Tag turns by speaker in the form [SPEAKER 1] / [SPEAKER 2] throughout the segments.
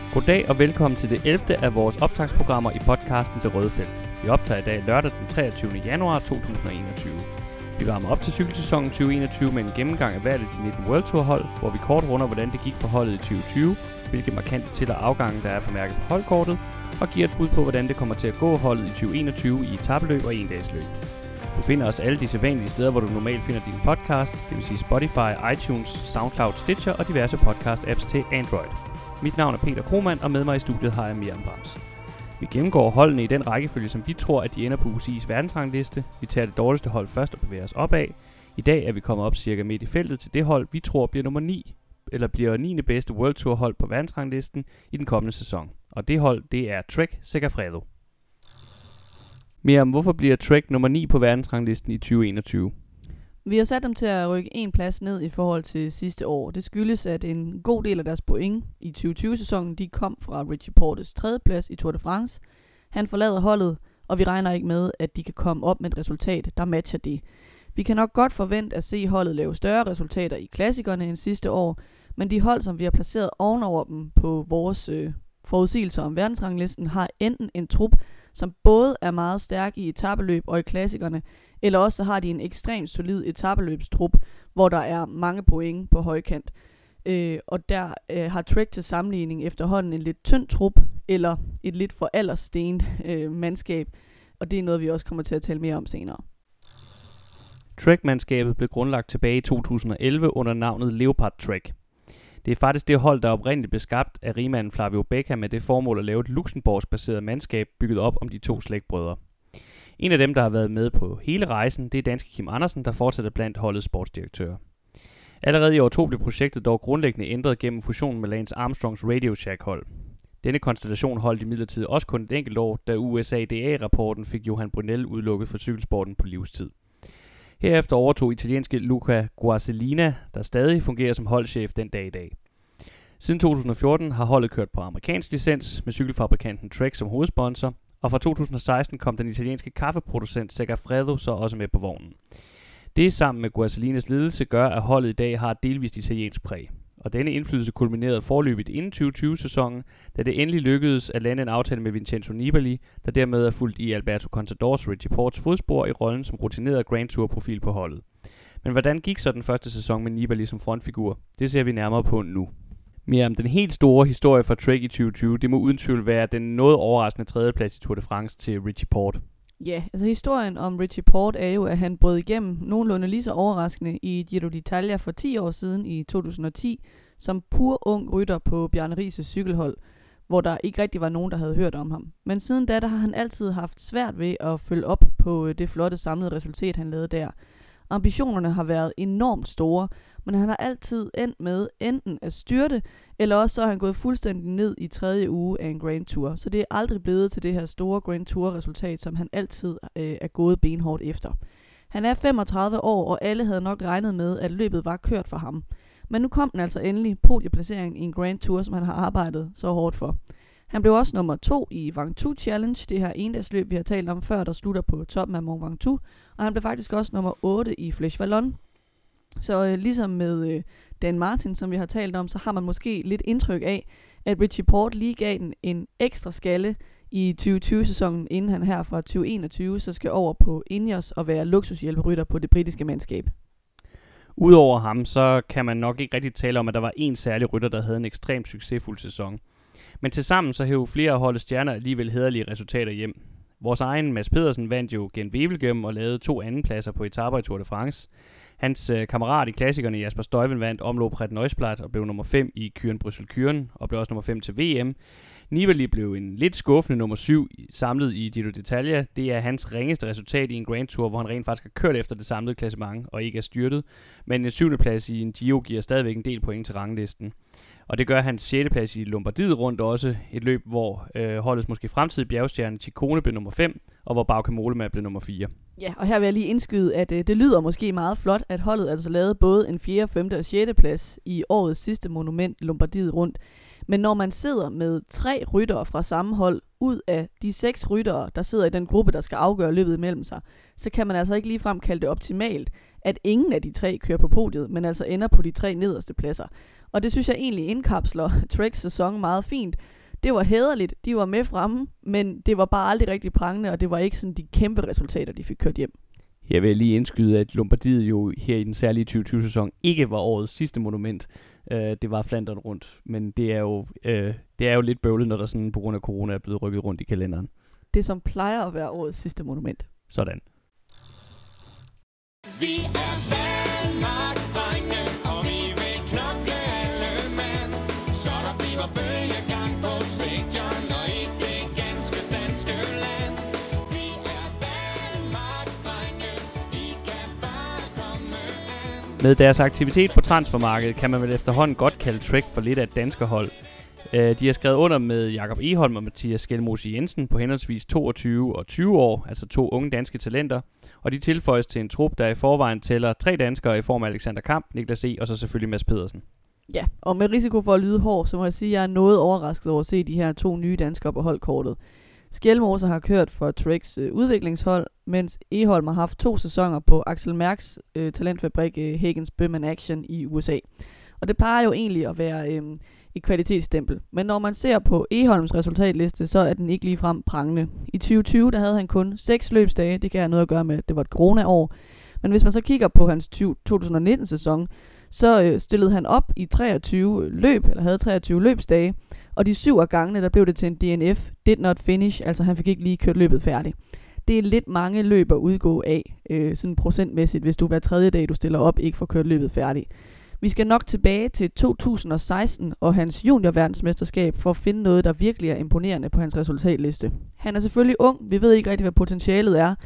[SPEAKER 1] Goddag og velkommen til det 11. af vores optagsprogrammer i podcasten Det Røde Felt. Vi optager i dag lørdag den 23. januar 2021. Vi varmer op til cykelsæsonen 2021 med en gennemgang af hvert af de 19 World Tour hold, hvor vi kort runder, hvordan det gik for holdet i 2020, hvilke markante til- og afgange der er på mærket på holdkortet, og giver et bud på, hvordan det kommer til at gå holdet i 2021 i etapeløb og endagsløb. Du finder os alle de sædvanlige steder, hvor du normalt finder din podcast, det vil sige Spotify, iTunes, SoundCloud, Stitcher og diverse podcast-apps til Android. Mit navn er Peter Krohmann, og med mig i studiet har jeg Miriam Brams. Vi gennemgår holdene i den rækkefølge, som vi tror, at de ender på UCI's verdensrangliste. Vi tager det dårligste hold først og bevæger os opad. I dag er vi kommet op cirka midt i feltet til det hold, vi tror bliver nummer 9, eller bliver 9. bedste World Tour hold på verdensranglisten i den kommende sæson. Og det hold, det er Trek Segafredo. Miriam, hvorfor bliver Trek nummer 9 på verdensranglisten i 2021?
[SPEAKER 2] Vi har sat dem til at rykke en plads ned i forhold til sidste år. Det skyldes, at en god del af deres point i 2020-sæsonen, de kom fra Richie Portes 3. plads i Tour de France. Han forlader holdet, og vi regner ikke med, at de kan komme op med et resultat, der matcher det. Vi kan nok godt forvente at se holdet lave større resultater i klassikerne end sidste år, men de hold, som vi har placeret ovenover dem på vores forudsigelser om verdensranglisten, har enten en trup, som både er meget stærk i etapeløb og i klassikerne, eller også så har de en ekstremt solid etapeløbstrup, hvor der er mange point på højkant. Og der har Trek til sammenligning efterhånden en lidt tynd trup, eller et lidt for aldersstenet mandskab, og det er noget, vi også kommer til at tale mere om senere.
[SPEAKER 1] Trek-mandskabet blev grundlagt tilbage i 2011 under navnet Leopard Trek. Det er faktisk det hold, der oprindeligt blev skabt af rigmanden Flavio Becca med det formål at lave et Luxembourg-baseret mandskab bygget op om de to slægtbrødre. En af dem, der har været med på hele rejsen, det er danske Kim Andersen, der fortsætter blandt holdets sportsdirektør. Allerede i år 2 blev projektet dog grundlæggende ændret gennem fusionen med Lance Armstrongs Radio Shack-hold. Denne konstellation holdt imidlertid også kun et enkelt år, da USADA-rapporten fik Johan Brunel udelukket fra cykelsporten på livstid. Herefter overtog italienske Luca Guazzellina, der stadig fungerer som holdchef den dag i dag. Siden 2014 har holdet kørt på amerikansk licens med cykelfabrikanten Trek som hovedsponsor, og fra 2016 kom den italienske kaffeproducent Segafredo så også med på vognen. Det sammen med Guazzellinas ledelse gør, at holdet i dag har et delvist italiensk præg. Og denne indflydelse kulminerede forløbigt inden 2020-sæsonen, da det endelig lykkedes at lande en aftale med Vincenzo Nibali, der dermed er fulgt i Alberto Contadors og Richie Portes fodspor i rollen som rutineret Grand Tour-profil på holdet. Men hvordan gik så den første sæson med Nibali som frontfigur? Det ser vi nærmere på nu. Miriam, den helt store historie for Trek i 2020, det må uden tvivl være den noget overraskende tredjeplads i Tour de France til Richie Porte.
[SPEAKER 2] Ja, altså historien om Richie Porte er jo, at han brød igennem nogenlunde lige så overraskende i Giro d'Italia for 10 år siden i 2010, som pur ung rytter på Bjarne Riis' cykelhold, hvor der ikke rigtig var nogen, der havde hørt om ham. Men siden da, der har han altid haft svært ved at følge op på det flotte samlede resultat, han lavede der. Ambitionerne har været enormt store, men han har altid endt med enten at styrte, eller også så er han gået fuldstændig ned i 3. uge af en Grand Tour. Så det er aldrig blevet til det her store Grand Tour-resultat, som han altid er gået benhårdt efter. Han er 35 år, og alle havde nok regnet med, at løbet var kørt for ham. Men nu kom den altså endelig, podieplaceringen i en Grand Tour, som han har arbejdet så hårdt for. Han blev også nummer 2 i Ventoux Challenge, det her endagsløb, vi har talt om før, der slutter på toppen af Mont Ventoux. Og han blev faktisk også nummer 8 i Flèche Wallonne. Så ligesom med Dan Martin, som vi har talt om, så har man måske lidt indtryk af, at Richie Porte lige gav den en ekstra skalle i 2020-sæsonen, inden han her fra 2021 så skal over på Ineos og være luksushjælperytter på det britiske mandskab.
[SPEAKER 1] Udover ham, så kan man nok ikke rigtig tale om, at der var en særlig rytter, der havde en ekstremt succesfuld sæson. Men tilsammen så hævde flere af holdets stjerner alligevel hæderlige resultater hjem. Vores egen Mads Pedersen vandt jo Gent-Wevelgem og lavede 2 andenpladser på etaper i Tour de France. Hans kammerat i klassikerne Jasper Stuyven vandt omløb Red Neusplat og blev nummer 5 i Kuren Bruxelles Kuren og blev også nummer 5 til VM. Nibali blev en lidt skuffende nummer 7 samlet i Giro d'Italia. Det er hans ringeste resultat i en Grand Tour, hvor han rent faktisk har kørt efter det samlede klassement og ikke er styrtet. Men en 7. plads i en Giro giver stadigvæk en del point til ranglisten. Og det gør hans 6. plads i Lombardiet rundt også, et løb, hvor holdets måske fremtidige bjergstjerne Ciccone blev nummer 5, og hvor Bauke Mollema blev nummer 4.
[SPEAKER 2] Ja, og her vil jeg lige indskyde, at det lyder måske meget flot, at holdet altså lavede både en 4., 5. og 6. plads i årets sidste monument, Lombardiet rundt. Men når man sidder med 3 ryttere fra samme hold, ud af de 6 ryttere, der sidder i den gruppe, der skal afgøre løbet imellem sig, så kan man altså ikke ligefrem kalde det optimalt, at ingen af de 3 kører på podiet, men altså ender på de 3 nederste pladser. Og det synes jeg egentlig indkapsler Treks sæson meget fint. Det var hæderligt, de var med fremme, men det var bare aldrig rigtig prangende, og det var ikke sådan de kæmpe resultater, de fik kørt hjem.
[SPEAKER 1] Jeg vil lige indskyde, at Lombardiet jo her i den særlige 2020-sæson ikke var årets sidste monument. Det var Flandern rundt, men det er jo lidt bøvlet, når der sådan på grund af corona er blevet rykket rundt i kalenderen.
[SPEAKER 2] Det som plejer at være årets sidste monument.
[SPEAKER 1] Sådan.
[SPEAKER 3] Vi er Danmarks drenge, og vi vil knokle alle mand, så der bliver bølgegang på stadion og i det ganske danske land. Vi er Danmarks drenge, vi kan bare komme an.
[SPEAKER 1] Med deres aktivitet på transfermarkedet kan man vel efterhånden godt kalde Trek for lidt af et danskerhold. De har skrevet under med Jakob Egholm og Mathias Skelmose Jensen på henholdsvis 22 og 20 år, altså 2 unge danske talenter, og de tilføjes til en trup, der i forvejen tæller 3 danskere i form af Alexander Kamp, Niklas E. og så selvfølgelig Mads Pedersen.
[SPEAKER 2] Ja, og med risiko for at lyde hård, så må jeg sige, at jeg er noget overrasket over at se de her 2 nye danskere på holdkortet. Skelmose har kørt for Treks udviklingshold, mens Egholm har haft 2 sæsoner på Axel Mærks talentfabrik Hagens Bøhman Action i USA. Og det plejer jo egentlig at være et kvalitetsstempel. Men når man ser på Egholms resultatliste, så er den ikke ligefrem prangende. I 2020 der havde han kun 6 løbsdage. Det kan have noget at gøre med, at det var et corona-år. Men hvis man så kigger på hans 2019-sæson, så stillede han op i 23 løb, eller havde 23 løbsdage. Og de 7 af gangene, der blev det til en DNF, did not finish, altså han fik ikke lige kørt løbet færdigt. Det er lidt mange løb at udgå af, sådan procentmæssigt, hvis du hver tredje dag, du stiller op, ikke får kørt løbet færdigt. Vi skal nok tilbage til 2016 og hans juniorverdensmesterskab for at finde noget, der virkelig er imponerende på hans resultatliste. Han er selvfølgelig ung, vi ved ikke rigtig, hvad potentialet er,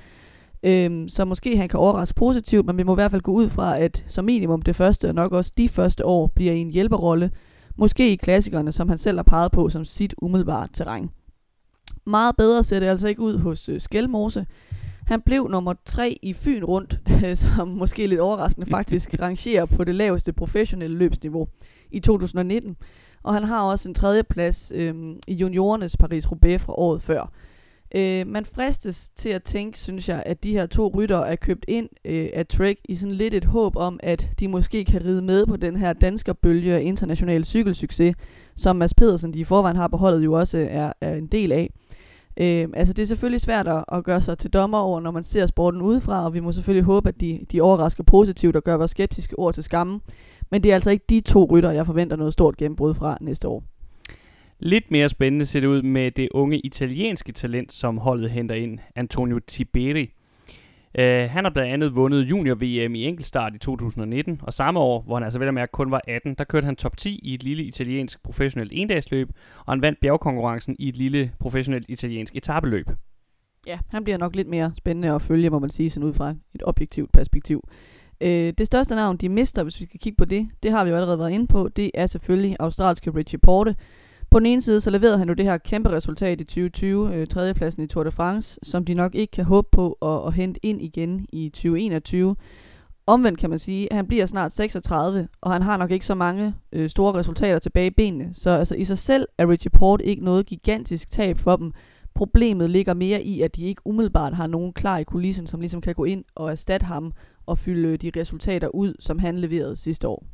[SPEAKER 2] så måske han kan overraske positivt, men vi må i hvert fald gå ud fra, at som minimum det første og nok også de første år bliver i en hjælperrolle, måske i klassikerne, som han selv har peget på som sit umiddelbare terræn. Meget bedre ser det altså ikke ud hos Skelmose. Han blev nummer 3 i Fyn rundt, som måske lidt overraskende faktisk rangerer på det laveste professionelle løbsniveau i 2019. Og han har også en 3. plads i juniorernes Paris-Roubaix fra året før. Man fristes til at tænke, synes jeg, at de her 2 ryttere er købt ind af Trek i sådan lidt et håb om, at de måske kan ride med på den her danskerbølge af international cykelsucces, som Mads Pedersen, de i forvejen har på holdet, jo også er en del af. Altså det er selvfølgelig svært at gøre sig til dommer over, når man ser sporten udefra, og vi må selvfølgelig håbe, at de overrasker positivt og gør vores skeptiske ord til skamme. Men det er altså ikke de 2 ryttere, jeg forventer noget stort gennembrud fra næste år.
[SPEAKER 1] Lidt mere spændende ser det ud med det unge italienske talent, som holdet henter ind, Antonio Tiberi. Han har blandt andet vundet junior-VM i enkeltstart i 2019, og samme år, hvor han altså vel at mærke kun var 18, der kørte han top 10 i et lille italiensk professionelt endagsløb, og han vandt bjergkonkurrencen i et lille professionelt italiensk etapeløb.
[SPEAKER 2] Ja, han bliver nok lidt mere spændende at følge, må man sige, sådan ud fra et objektivt perspektiv. Det største navn, de mister, hvis vi skal kigge på det har vi jo allerede været inde på, det er selvfølgelig australske Richie Porte. På den ene side, så leverede han jo det her kæmpe resultat i 2020, 3. pladsen i Tour de France, som de nok ikke kan håbe på at hente ind igen i 2021. Omvendt kan man sige, at han bliver snart 36, og han har nok ikke så mange store resultater tilbage i benene. Så altså, i sig selv er Richie Porte ikke noget gigantisk tab for dem. Problemet ligger mere i, at de ikke umiddelbart har nogen klar i kulissen, som ligesom kan gå ind og erstatte ham og fylde de resultater ud, som han leverede sidste år.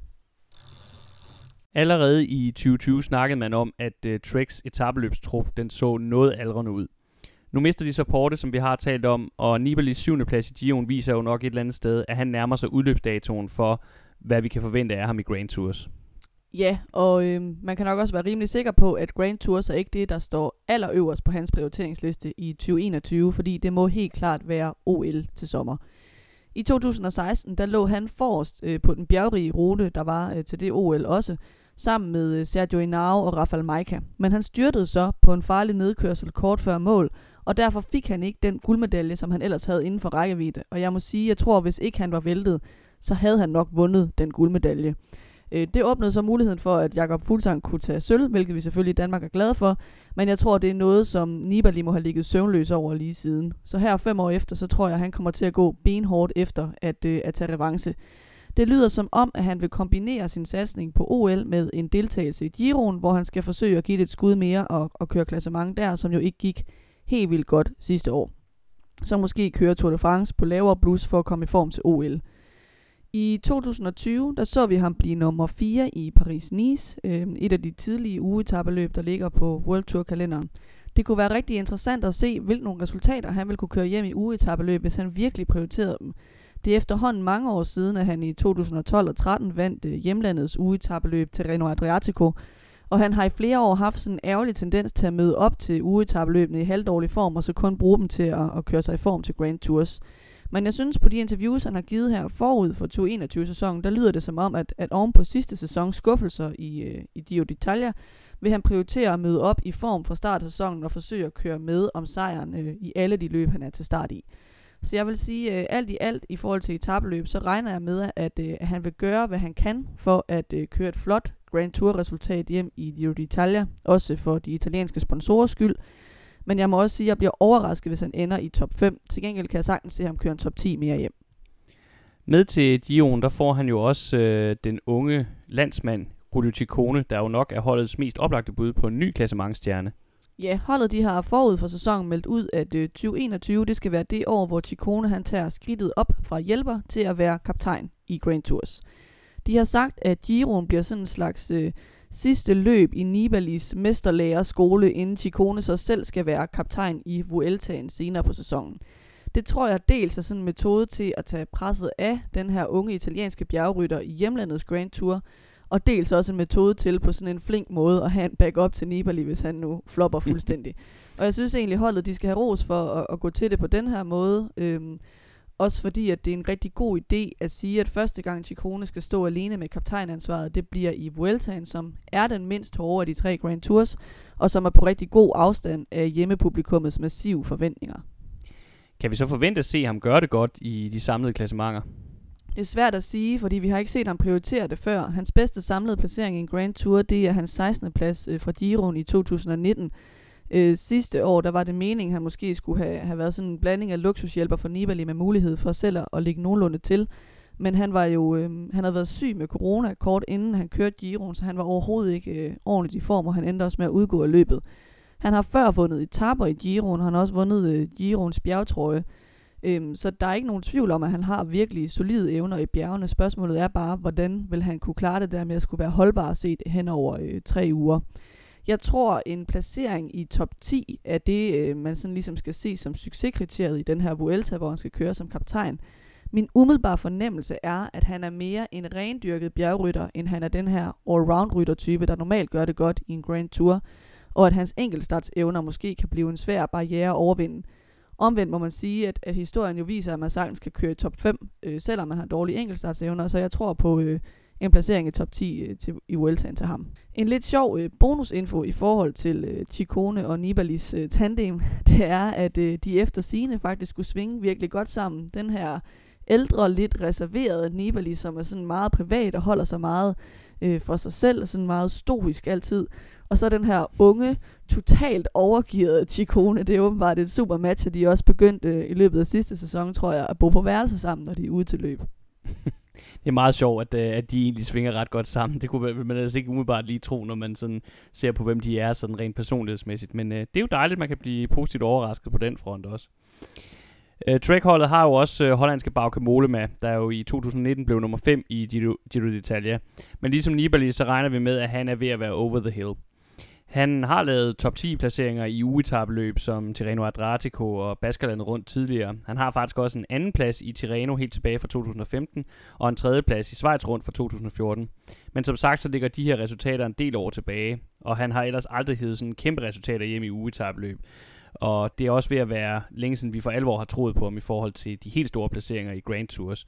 [SPEAKER 1] Allerede i 2020 snakkede man om, at Treks etapeløbstrup den så noget aldrende ud. Nu mister de så Porte, som vi har talt om, og Nibalis 7. plads i Giroen viser jo nok et eller andet sted, at han nærmer sig udløbsdatoen for, hvad vi kan forvente af ham i Grand Tours.
[SPEAKER 2] Ja, og man kan nok også være rimelig sikker på, at Grand Tours er ikke det, der står allerøverst på hans prioriteringsliste i 2021, fordi det må helt klart være OL til sommer. I 2016, der lå han forrest på den bjergrige rute, der var til det OL også, sammen med Sergio Henao og Rafael Majka. Men han styrtede så på en farlig nedkørsel kort før mål, og derfor fik han ikke den guldmedalje, som han ellers havde inden for rækkevidde. Og jeg må sige, jeg tror, hvis ikke han var væltet, så havde han nok vundet den guldmedalje. Det åbnede så muligheden for, at Jakob Fuglsang kunne tage sølv, hvilket vi selvfølgelig i Danmark er glade for. Men jeg tror, det er noget, som Nibali må have ligget søvnløs over lige siden. Så her 5 år efter, så tror jeg, at han kommer til at gå benhårdt efter at tage revanche. Det lyder som om, at han vil kombinere sin satsning på OL med en deltagelse i Giroen, hvor han skal forsøge at give det et skud mere og køre klassement der, som jo ikke gik helt vildt godt sidste år. Så måske køre Tour de France på lavere blus for at komme i form til OL. I 2020, der så vi ham blive nummer 4 i Paris-Nice, et af de tidlige ugeetapeløb, der ligger på World Tour-kalenderen. Det kunne være rigtig interessant at se, hvilke nogle resultater han ville kunne køre hjem i ugeetapeløb, hvis han virkelig prioriterede dem. Det er efterhånden mange år siden, at han i 2012 og 13 vandt hjemlandets ugeetapeløb Tirreno Adriatico, og han har i flere år haft sådan en ærgerlig tendens til at møde op til ugeetapeløbene i halvdårlig form, og så kun bruge dem til at køre sig i form til Grand Tours. Men jeg synes, på de interviews, han har givet her forud for 2021-sæsonen, der lyder det som om, at oven på sidste sæsons skuffelser i Giro d'Italia, vil han prioritere at møde op i form fra start af sæsonen og forsøge at køre med om sejren i alle de løb, han er til start i. Så jeg vil sige, alt i alt i forhold til etapeløb, så regner jeg med, at han vil gøre, hvad han kan for at køre et flot Grand Tour-resultat hjem i Giro d'Italia, også for de italienske sponsorers skyld. Men jeg må også sige, at jeg bliver overrasket, hvis han ender i top 5. Til gengæld kan jeg sagtens se ham køre en top 10 mere hjem.
[SPEAKER 1] Med til Giroen, der får han jo også den unge landsmand, Giulio Ciccone, der jo nok er holdets mest oplagte bud på en ny klassementsstjerne.
[SPEAKER 2] Ja, holdet de har forud for sæsonen meldt ud, at 2021 det skal være det år, hvor Ciccone han tager skridtet op fra hjælper til at være kaptajn i Grand Tours. De har sagt, at Giroen bliver sådan en slags sidste løb i Nibalis mesterlærerskole, inden Ciccone så selv skal være kaptajn i Vueltaen senere på sæsonen. Det tror jeg dels er sådan en metode til at tage presset af den her unge italienske bjergrytter i hjemlandets Grand Tour, og dels også en metode til på sådan en flink måde at have en backup til Nibali, hvis han nu flopper fuldstændig. Og jeg synes egentlig, holdet de skal have ros for at gå til det på den her måde. Også fordi, at det er en rigtig god idé at sige, at første gang Ciccone skal stå alene med kaptajnansvaret, det bliver i Vueltaen, som er den mindst hårde af de 3 Grand Tours, og som er på rigtig god afstand af hjemmepublikummets massive forventninger.
[SPEAKER 1] Kan vi så forvente at se ham gøre det godt i de samlede klassementer?
[SPEAKER 2] Det er svært at sige, fordi vi har ikke set ham prioritere det før. Hans bedste samlede placering i en Grand Tour, det er hans 16. plads fra Giroen i 2019. Sidste år, der var det meningen, at han måske skulle have været sådan en blanding af luksushjælper for Nibali med mulighed for selv at ligge nogenlunde til. Men han var jo, han havde været syg med corona kort inden han kørte Giroen, så han var overhovedet ikke ordentligt i form, og han endte også med at udgå af løbet. Han har før vundet etaper i Giroen, han har også vundet Giroens bjergtrøje. Så der er ikke nogen tvivl om, at han har virkelig solide evner i bjergene. Spørgsmålet er bare, hvordan vil han kunne klare det der med at skulle være holdbar set hen over 3 uger. Jeg tror, en placering i top 10 er det, man sådan ligesom skal se som succeskriteriet i den her Vuelta, hvor han skal køre som kaptajn. Min umiddelbare fornemmelse er, at han er mere en rendyrket bjergrytter, end han er den her allround-ryttertype, der normalt gør det godt i en Grand Tour, og at hans enkeltstartsevner måske kan blive en svær barriere at overvinde. Omvendt må man sige, at historien jo viser, at man sagtens kan køre i top 5, selvom man har dårlige enkeltstartsevner, så jeg tror på en placering i top 10 i Vueltaen til ham. En lidt sjov bonusinfo i forhold til Ciccone og Nibalis tandem, det er, at de efter sigende faktisk skulle svinge virkelig godt sammen. Den her ældre, lidt reserverede Nibali, som er sådan meget privat og holder sig meget for sig selv, og sådan meget stoisk altid. Og så den her unge, totalt overgearede Ciccone. Det er åbenbart et super match, og de er også begyndt i løbet af sidste sæson, tror jeg, at bo på værelse sammen, når de er ude til løb.
[SPEAKER 1] Det er meget sjovt, at de egentlig svinger ret godt sammen. Det kunne man altså ikke umiddelbart lige tro, når man sådan ser på, hvem de er sådan rent personlighedsmæssigt. Men det er jo dejligt, at man kan blive positivt overrasket på den front også. Trek-holdet har jo også hollandske Bauke Mollema, der jo i 2019 blev nummer 5 i Giro d'Italia. Men ligesom Nibali, så regner vi med, at han er ved at være over the hill. Han har lavet top 10 placeringer i ugeetapeløb som Tirreno Adriatico og Baskerlandet rundt tidligere. Han har faktisk også en anden plads i Tirreno helt tilbage fra 2015 og en tredje plads i Schweiz rundt fra 2014. Men som sagt, så ligger de her resultater en del år tilbage, og han har ellers aldrig hævet sådan kæmpe resultater hjem i ugeetapeløb. Og det er også ved at være længe siden vi for alvor har troet på ham i forhold til de helt store placeringer i Grand Tours.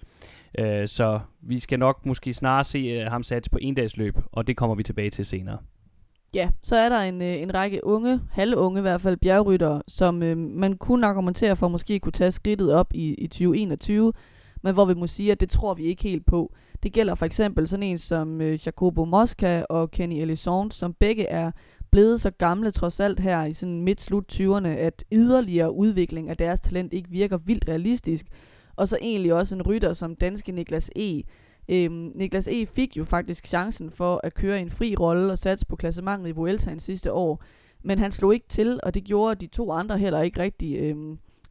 [SPEAKER 1] Så vi skal nok måske snarere se ham satse på endagsløb, og det kommer vi tilbage til senere.
[SPEAKER 2] Ja, så er der en række unge, halvunge i hvert fald, bjergryttere, som man kunne argumentere for måske kunne tage skridtet op i 2021, men hvor vi må sige, at det tror vi ikke helt på. Det gælder for eksempel sådan en som Jacopo Mosca og Kenny Elissonde, som begge er blevet så gamle trods alt her i sådan midt-slut 20'erne, at yderligere udvikling af deres talent ikke virker vildt realistisk. Og så egentlig også en rytter som danske Niklas E. Niklas E. fik jo faktisk chancen for at køre en fri rolle og satse på klassementet i Vueltaen sidste år, men han slog ikke til, og det gjorde de to andre heller ikke rigtig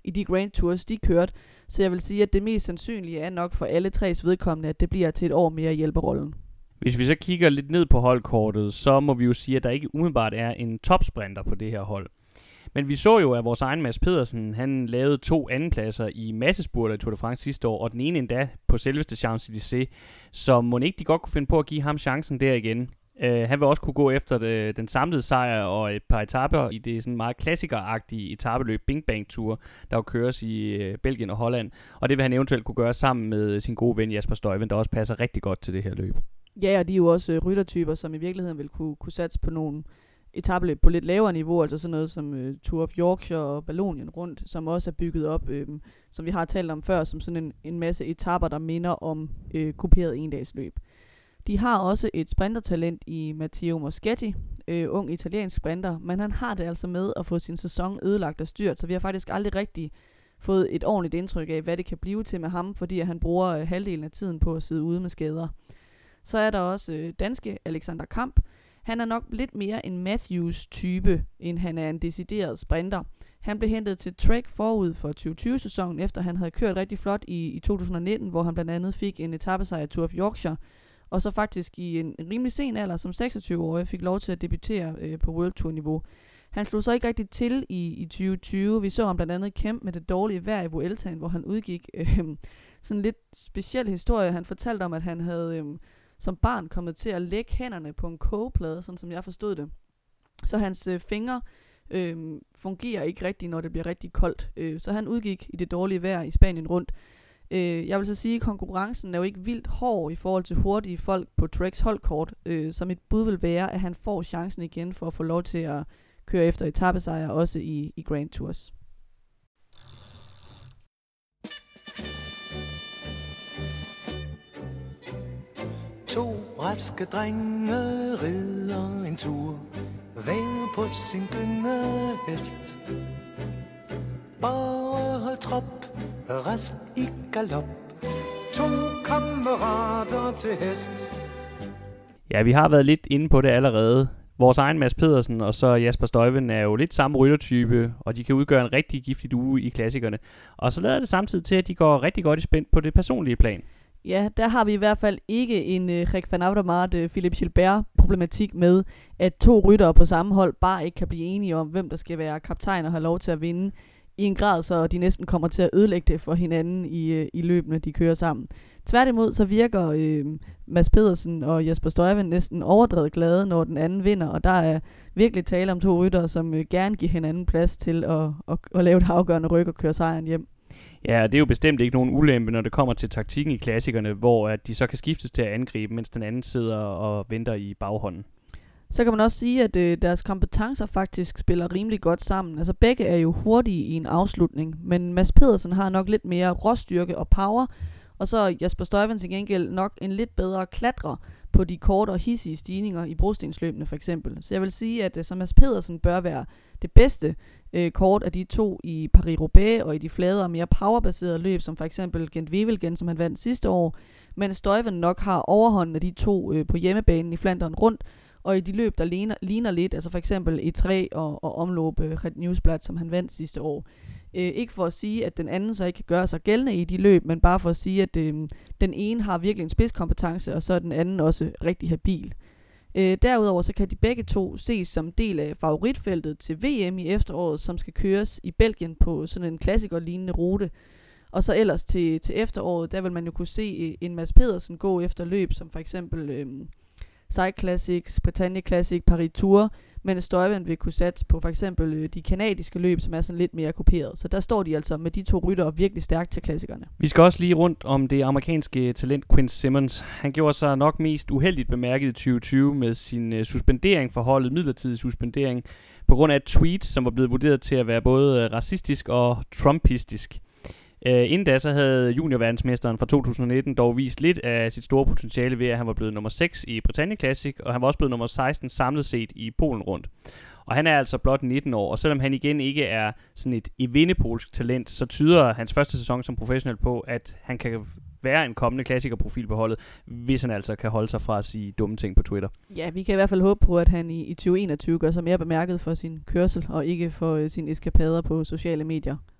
[SPEAKER 2] i de Grand Tours, de kørte. Så jeg vil sige, at det mest sandsynlige er nok for alle tres vedkommende, at det bliver til et år mere hjælperrollen.
[SPEAKER 1] Hvis vi så kigger lidt ned på holdkortet, så må vi jo sige, at der ikke umiddelbart er en topsprinter på det her hold. Men vi så jo, at vores egen Mads Pedersen, han lavede 2 andenpladser i massespurter i Tour de France sidste år, og den ene endda på selveste Champs-Élysées, så må ikke de godt kunne finde på at give ham chancen der igen. Han vil også kunne gå efter den samlede sejr og et par etaper i det sådan meget klassikeragtige etapeløb Bing Bang Tour, der jo køres i Belgien og Holland. Og det vil han eventuelt kunne gøre sammen med sin gode ven Jasper Stuyven, der også passer rigtig godt til det her løb.
[SPEAKER 2] Ja, og de er jo også ryttertyper, som i virkeligheden vil kunne satse på nogle etapeløb på lidt lavere niveau, altså sådan noget som Tour of Yorkshire og Wallonien rundt, som også er bygget op, som vi har talt om før, som sådan en masse etaper, der minder om kuperet endagsløb. De har også et sprintertalent i Matteo Moschetti, ung italiensk sprinter, men han har det altså med at få sin sæson ødelagt og styrt, så vi har faktisk aldrig rigtig fået et ordentligt indtryk af, hvad det kan blive til med ham, fordi han bruger halvdelen af tiden på at sidde ude med skader. Så er der også danske Alexander Kamp. Han er nok lidt mere en Matthews-type, end han er en decideret sprinter. Han blev hentet til Trek forud for 2020-sæsonen, efter han havde kørt rigtig flot i 2019, hvor han blandt andet fik en etapesejr i Tour of Yorkshire, og så faktisk i en rimelig sen alder, som 26-årig, fik lov til at debutere på World Tour-niveau. Han slog så ikke rigtig til i 2020. Vi så ham blandt andet kæmpe med det dårlige vejr i Vueltaen, hvor han udgik sådan en lidt speciel historie. Han fortalte om, at han havde som barn kommet til at lægge hænderne på en kogeplade, sådan som jeg forstod det. Så hans fingre fungerer ikke rigtigt, når det bliver rigtig koldt. Så han udgik i det dårlige vejr i Spanien rundt. Jeg vil så sige, at konkurrencen er jo ikke vildt hård i forhold til hurtige folk på Treks holdkort. Så mit bud vil være, at han får chancen igen for at få lov til at køre efter etapesejre også i Grand Tours.
[SPEAKER 4] To raske drenge rider en tur, hver på sin gyngehest. Bare hold trop, rask i galop, to kammerater til hest.
[SPEAKER 1] Ja, vi har været lidt inde på det allerede. Vores egen Mads Pedersen og så Jasper Stuyven er jo lidt samme ryttertype, og de kan udgøre en rigtig giftig duo i klassikerne. Og så lader det samtidig til, at de går rigtig godt i spænd på det personlige plan.
[SPEAKER 2] Ja, der har vi i hvert fald ikke en Rick van Avermaet, Philippe Gilbert-problematik med, at 2 ryttere på samme hold bare ikke kan blive enige om, hvem der skal være kaptajn og have lov til at vinde i en grad, så de næsten kommer til at ødelægge det for hinanden i løbene, de kører sammen. Tværtimod så virker Mads Pedersen og Jasper Stuyven næsten overdrevet glade, når den anden vinder, og der er virkelig tale om 2 ryttere, som gerne giver hinanden plads til at lave et afgørende ryk og køre sejren hjem.
[SPEAKER 1] Ja, det er jo bestemt ikke nogen ulempe, når det kommer til taktikken i klassikerne, hvor at de så kan skiftes til at angribe, mens den anden sidder og venter i baghånden.
[SPEAKER 2] Så kan man også sige, at deres kompetencer faktisk spiller rimelig godt sammen. Altså begge er jo hurtige i en afslutning, men Mads Pedersen har nok lidt mere råstyrke og power, og så Jasper Stuyven til gengæld nok en lidt bedre klatrer på de korte og hissige stigninger i brostensløbene for eksempel. Så jeg vil sige, at så Mads Pedersen bør være det bedste kort af de 2 i Paris-Roubaix og i de flade og mere powerbaserede løb, som for eksempel Gent-Wevelgem, som han vandt sidste år, men Stuyven nok har overhånden af de 2 på hjemmebanen i Flandern rundt, og i de løb, der ligner lidt, altså for eksempel E3 og omløb Red Newsblad, som han vandt sidste år. Ikke for at sige, at den anden så ikke kan gøre sig gældende i de løb, men bare for at sige, at den ene har virkelig en spidskompetence, og så er den anden også rigtig habil. Derudover så kan de begge 2 ses som del af favoritfeltet til VM i efteråret, som skal køres i Belgien på sådan en klassikerlignende rute. Og så ellers til efteråret, der vil man jo kunne se en Mads Pedersen gå efter løb, som for eksempel Cycle Classics, Bretagne Classic, Paris Tour, men Stuyven vil kunne satse på for eksempel de kanadiske løb, som er sådan lidt mere kuperet. Så der står de altså med de 2 ryttere virkelig stærkt til klassikerne.
[SPEAKER 1] Vi skal også lige rundt om det amerikanske talent Quinn Simmons. Han gjorde sig nok mest uheldigt bemærket i 2020 med sin suspendering for holdet, midlertidig suspendering, på grund af et tweet, som var blevet vurderet til at være både racistisk og trumpistisk. Inden da så havde juniorverdensmesteren fra 2019 dog vist lidt af sit store potentiale ved, at han var blevet nummer 6 i Bretagne Classic, og han var også blevet nummer 16 samlet set i Polen rundt. Og han er altså blot 19 år, og selvom han igen ikke er sådan et evindepolsk talent, så tyder hans første sæson som professionel på, at han kan være en kommende klassikerprofil på holdet, hvis han altså kan holde sig fra at sige dumme ting på Twitter.
[SPEAKER 2] Ja, vi kan i hvert fald håbe på, at han i 2021 gør sig mere bemærket for sin kørsel, og ikke for sine eskapader på sociale medier.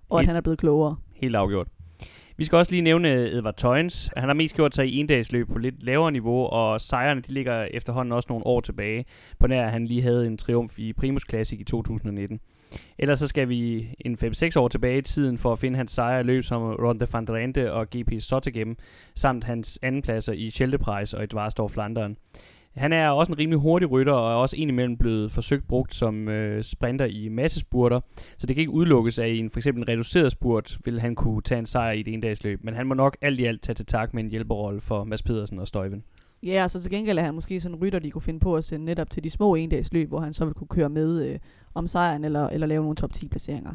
[SPEAKER 2] og at han er blevet klogere.
[SPEAKER 1] Helt afgjort. Vi skal også lige nævne Edvard Teuns. Han har mest gjort sig i endagsløb på lidt lavere niveau, og sejrene de ligger efterhånden også nogle år tilbage, på nær at han lige havde en triumf i Primus Classic i 2019. Ellers så skal vi en 5-6 år tilbage i tiden for at finde hans sejre i løb som Ronde van Drenthe og GP Zottegem, samt hans andenpladser i Scheldeprijs og i Dvarsdorf Flandern. Han er også en rimelig hurtig rytter, og er også indimellem blevet forsøgt brugt som sprinter i massespurter, så det kan ikke udelukkes, at i for eksempel en reduceret spurt vil han kunne tage en sejr i et endagsløb, men han må nok alt i alt tage til tak med en hjælperrolle for Mads Pedersen og Stuyven.
[SPEAKER 2] Ja, så til gengæld er han måske sådan en rytter, de kunne finde på at sende netop til de små endagsløb, hvor han så vil kunne køre med om sejren eller lave nogle top 10 placeringer.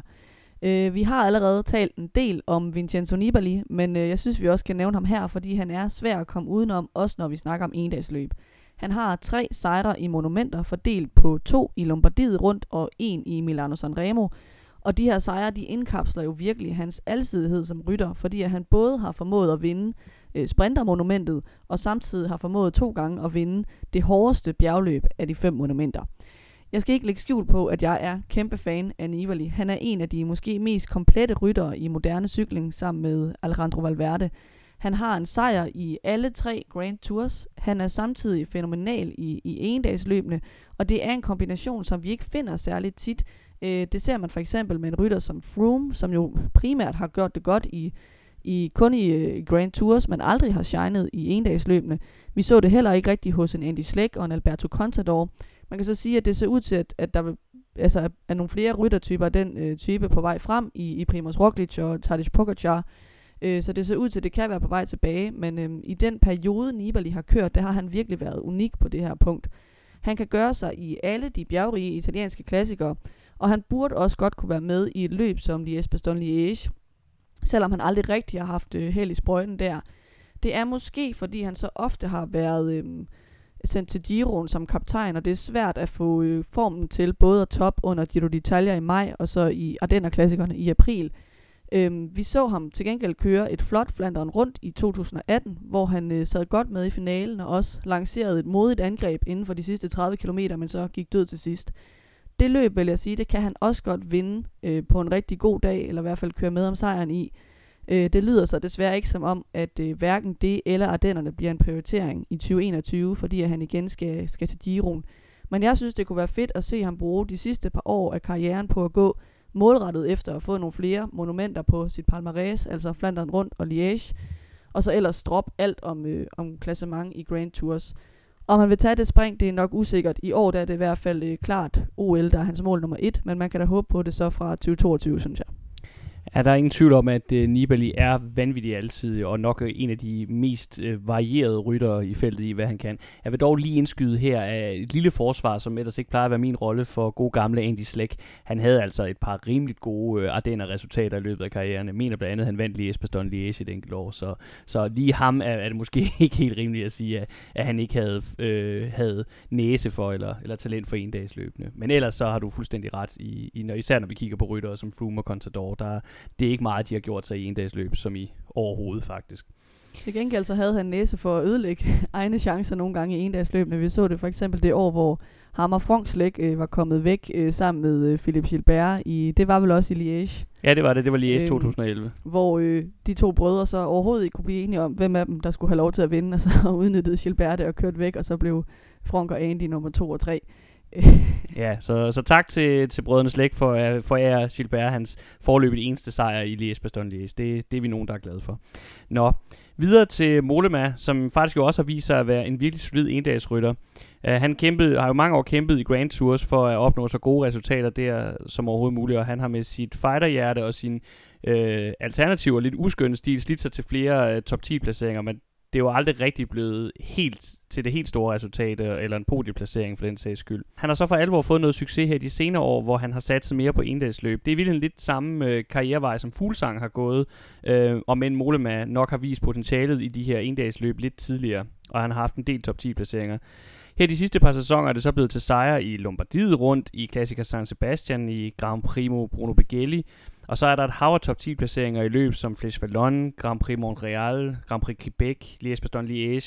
[SPEAKER 2] Vi har allerede talt en del om Vincenzo Nibali, men jeg synes, vi også kan nævne ham her, fordi han er svær at komme udenom, også når vi snakker om endagsløb. Han har 3 sejre i monumenter, fordelt på 2 i Lombardiet rundt og 1 i Milano Sanremo. Og de her sejre, de indkapsler jo virkelig hans alsidighed som rytter, fordi at han både har formået at vinde sprintermonumentet, og samtidig har formået 2 gange at vinde det hårdeste bjergløb af de 5 monumenter. Jeg skal ikke lægge skjul på, at jeg er kæmpe fan af Nibali. Han er en af de måske mest komplette ryttere i moderne cykling sammen med Alejandro Valverde. Han har en sejr i alle 3 Grand Tours. Han er samtidig fænomenal i endagsløbene, og det er en kombination, som vi ikke finder særligt tit. Det ser man for eksempel med en rytter som Froome, som jo primært har gjort det godt kun i Grand Tours, men aldrig har shined i endagsløbene. Vi så det heller ikke rigtigt hos en Andy Schleck og en Alberto Contador. Man kan så sige, at det ser ud til, at der er nogle flere ryttertyper af den type på vej frem i Primož Roglič og Tadej Pogačar. Så det ser ud til, at det kan være på vej tilbage, men i den periode, Nibali har kørt, der har han virkelig været unik på det her punkt. Han kan gøre sig i alle de bjergrige italienske klassikere, og han burde også godt kunne være med i et løb som Liège-Bastogne-Liège, selvom han aldrig rigtig har haft held i sprøjten der. Det er måske, fordi han så ofte har været sendt til Giroen som kaptajn, og det er svært at få formen til både at top under Giro d'Italia i maj, og så i Ardenner-klassikerne i april. Vi så ham til gengæld køre et flot Flandern rundt i 2018, hvor han sad godt med i finalen og også lancerede et modigt angreb inden for de sidste 30 km, men så gik død til sidst. Det løb, vil jeg sige, det kan han også godt vinde på en rigtig god dag, eller i hvert fald køre med om sejren i. Det lyder så desværre ikke som om, at hverken det eller Ardennerne bliver en prioritering i 2021, fordi at han igen skal til Giroen. Men jeg synes, det kunne være fedt at se ham bruge de sidste par år af karrieren på at gå målrettet efter at få nogle flere monumenter på sit palmarès, altså Flandern rundt og Liège, og så ellers droppe alt om klassement i Grand Tours. Om han vil tage det spring, det er nok usikkert. I år der er det i hvert fald klart OL, der er hans mål nummer 1, men man kan da håbe på det så fra 2022, synes jeg.
[SPEAKER 1] Er der ingen tvivl om, at Nibali er vanvittig alsidig, og nok en af de mest varierede ryttere i feltet i, hvad han kan. Jeg vil dog lige indskyde her af et lille forsvar, som ellers ikke plejer at være min rolle for gode gamle Andy Schleck. Han havde altså et par rimeligt gode Ardenner-resultater i løbet af karrieren. Jeg mener blandt andet, han vandt Liège-Bastogne-Liège et enkelt år, så lige ham er det måske ikke helt rimeligt at sige, at han ikke havde næse for eller talent for endagsløbene. Men ellers så har du fuldstændig ret, især når vi kigger på ryttere som Froome og Contador, det er ikke meget, de har gjort sig i endagsløb, som i overhovedet faktisk.
[SPEAKER 2] Til gengæld så havde han næse for at ødelægge egne chancer nogle gange i endagsløbene. Vi så det for eksempel det år, hvor Hammer Frank var kommet væk sammen med Philippe Gilbert. Det var vel også i Liège.
[SPEAKER 1] Ja, det var det. Det var Liège 2011.
[SPEAKER 2] Hvor de 2 brødre så overhovedet ikke kunne blive enige om, hvem af dem, der skulle have lov til at vinde. Og så udnyttede Gilbert det og kørte væk, og så blev Frank og Andy nummer 2 og 3.
[SPEAKER 1] Ja, så tak til brødrene Schleck for ære Gilbert hans foreløbigt eneste sejr i Liège-Bastogne-Liège. Det er vi nogen, der er glade for. Nå, videre til Mollema, som faktisk jo også har vist sig at være en virkelig solid endagsrytter. Han har jo mange år kæmpet i Grand Tours for at opnå så gode resultater der som overhovedet muligt, og han har med sit fighterhjerte og sin alternativ og lidt uskønne stil slidt sig til flere top 10 placeringer, men det er jo aldrig rigtig blevet helt til det helt store resultat, eller en podieplacering for den sags skyld. Han har så for alvor fået noget succes her de senere år, hvor han har satset mere på endagsløb. Det er virkelig lidt samme karrierevej, som Fuglsang har gået, og men Mollema nok har vist potentialet i de her endagsløb lidt tidligere, og han har haft en del top 10 placeringer. Her de sidste par sæsoner er det så blevet til sejre i Lombardiet rundt, i Classica San Sebastian, i Gran Primo Bruno Beghelli, og så er der et hav af top 10 placeringer i løb som Flèche Wallonne, Grand Prix Montréal, Grand Prix Quebec, Liège-Bastogne-Liège,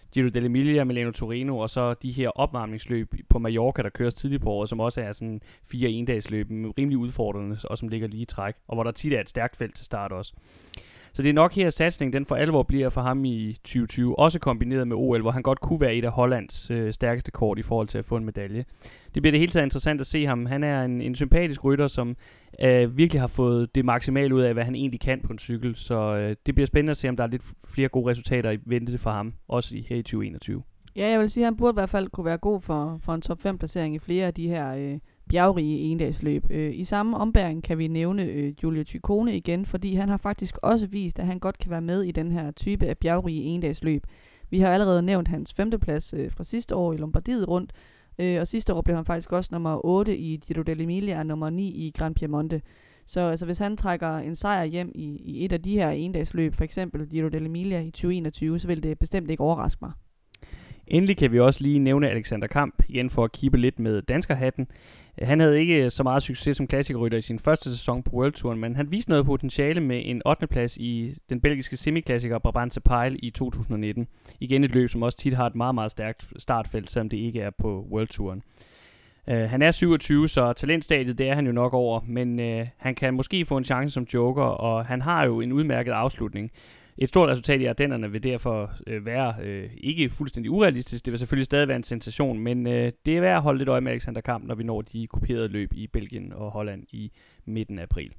[SPEAKER 1] Giro dell'Emilia, Milano Torino, og så de her opvarmningsløb på Mallorca, der køres tidligt på året, som også er sådan 4 endagsløb, rimelig udfordrende, og som ligger lige i træk, og hvor der tit er et stærkt felt til start også. Så det er nok her, satsningen den for alvor bliver for ham i 2020, også kombineret med OL, hvor han godt kunne være et af Hollands stærkeste kort i forhold til at få en medalje. Det bliver det hele taget interessant at se ham. Han er en sympatisk rytter, som virkelig har fået det maksimale ud af, hvad han egentlig kan på en cykel. Så det bliver spændende at se, om der er lidt flere gode resultater i vente for ham, også her i 2021.
[SPEAKER 2] Ja, jeg vil sige, at han burde i hvert fald kunne være god for en top 5 placering i flere af de her bjergrige endagsløb. I samme ombæring kan vi nævne Giulio Ciccone igen, fordi han har faktisk også vist, at han godt kan være med i den her type af bjergrige endagsløb. Vi har allerede nævnt hans 5. plads fra sidste år i Lombardiet rundt, og sidste år blev han faktisk også nummer 8 i Giro dell'Emilia og nummer 9 i Gran Piemonte. Så altså, hvis han trækker en sejr hjem i et af de her endagsløb, for eksempel Giro dell'Emilia i 2021, så vil det bestemt ikke overraske mig.
[SPEAKER 1] Endelig kan vi også lige nævne Alexander Kamp, igen for at kippe lidt med danskerhatten. Han havde ikke så meget succes som klassikerrytter i sin første sæson på World Touren, men han viste noget potentiale med en 8. plads i den belgiske semiklassiker Brabantse Pijl i 2019. Igen et løb, som også tit har et meget, meget stærkt startfelt, selvom det ikke er på World Touren. Han er 27, så talentstadiet det er han jo nok over, men han kan måske få en chance som joker, og han har jo en udmærket afslutning. Et stort resultat i Ardennerne vil derfor være ikke fuldstændig urealistisk. Det vil selvfølgelig stadig være en sensation, men det er værd at holde lidt øje med Alexander Kamp, når vi når de kuperede løb i Belgien og Holland i midten af april.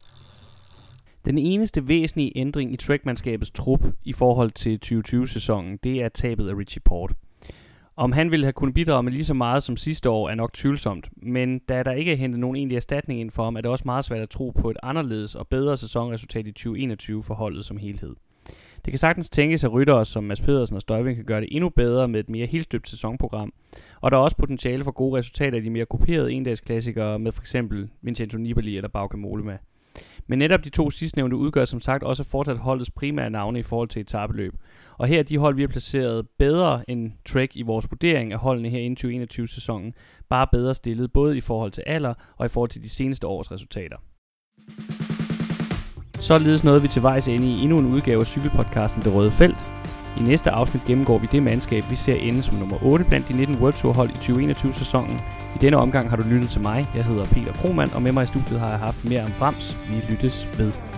[SPEAKER 1] Den eneste væsentlige ændring i Trek-mandskabets trup i forhold til 2020-sæsonen, det er tabet af Richie Porte. Om han ville have kunnet bidrage med lige så meget som sidste år, er nok tvivlsomt, men da der ikke er hentet nogen egentlig erstatning ind for ham, er det også meget svært at tro på et anderledes og bedre sæsonresultat i 2021 for holdet som helhed. Det kan sagtens tænkes, at ryttere som Mads Pedersen og Støjvind kan gøre det endnu bedre med et mere helstøbt sæsonprogram, og der er også potentiale for gode resultater i de mere kuperede endagsklassikere med f.eks. Vincenzo Nibali eller Bauke Mollema. Men netop de to sidstnævnte udgør som sagt også fortsat holdets primære navne i forhold til etapeløb. Og her er de hold, vi har placeret bedre end Trek i vores vurdering af holdene her inden 2021-sæsonen, bare bedre stillet både i forhold til alder og i forhold til de seneste års resultater. Således nåede vi til vejs ende i endnu en udgave af cykelpodcasten Det Røde Felt. I næste afsnit gennemgår vi det mandskab, vi ser ende som nummer 8 blandt de 19 World Tour hold i 2021-sæsonen. I denne omgang har du lyttet til mig. Jeg hedder Peter Krohmann, og med mig i studiet har jeg haft mere om Brams. Vi lyttes ved.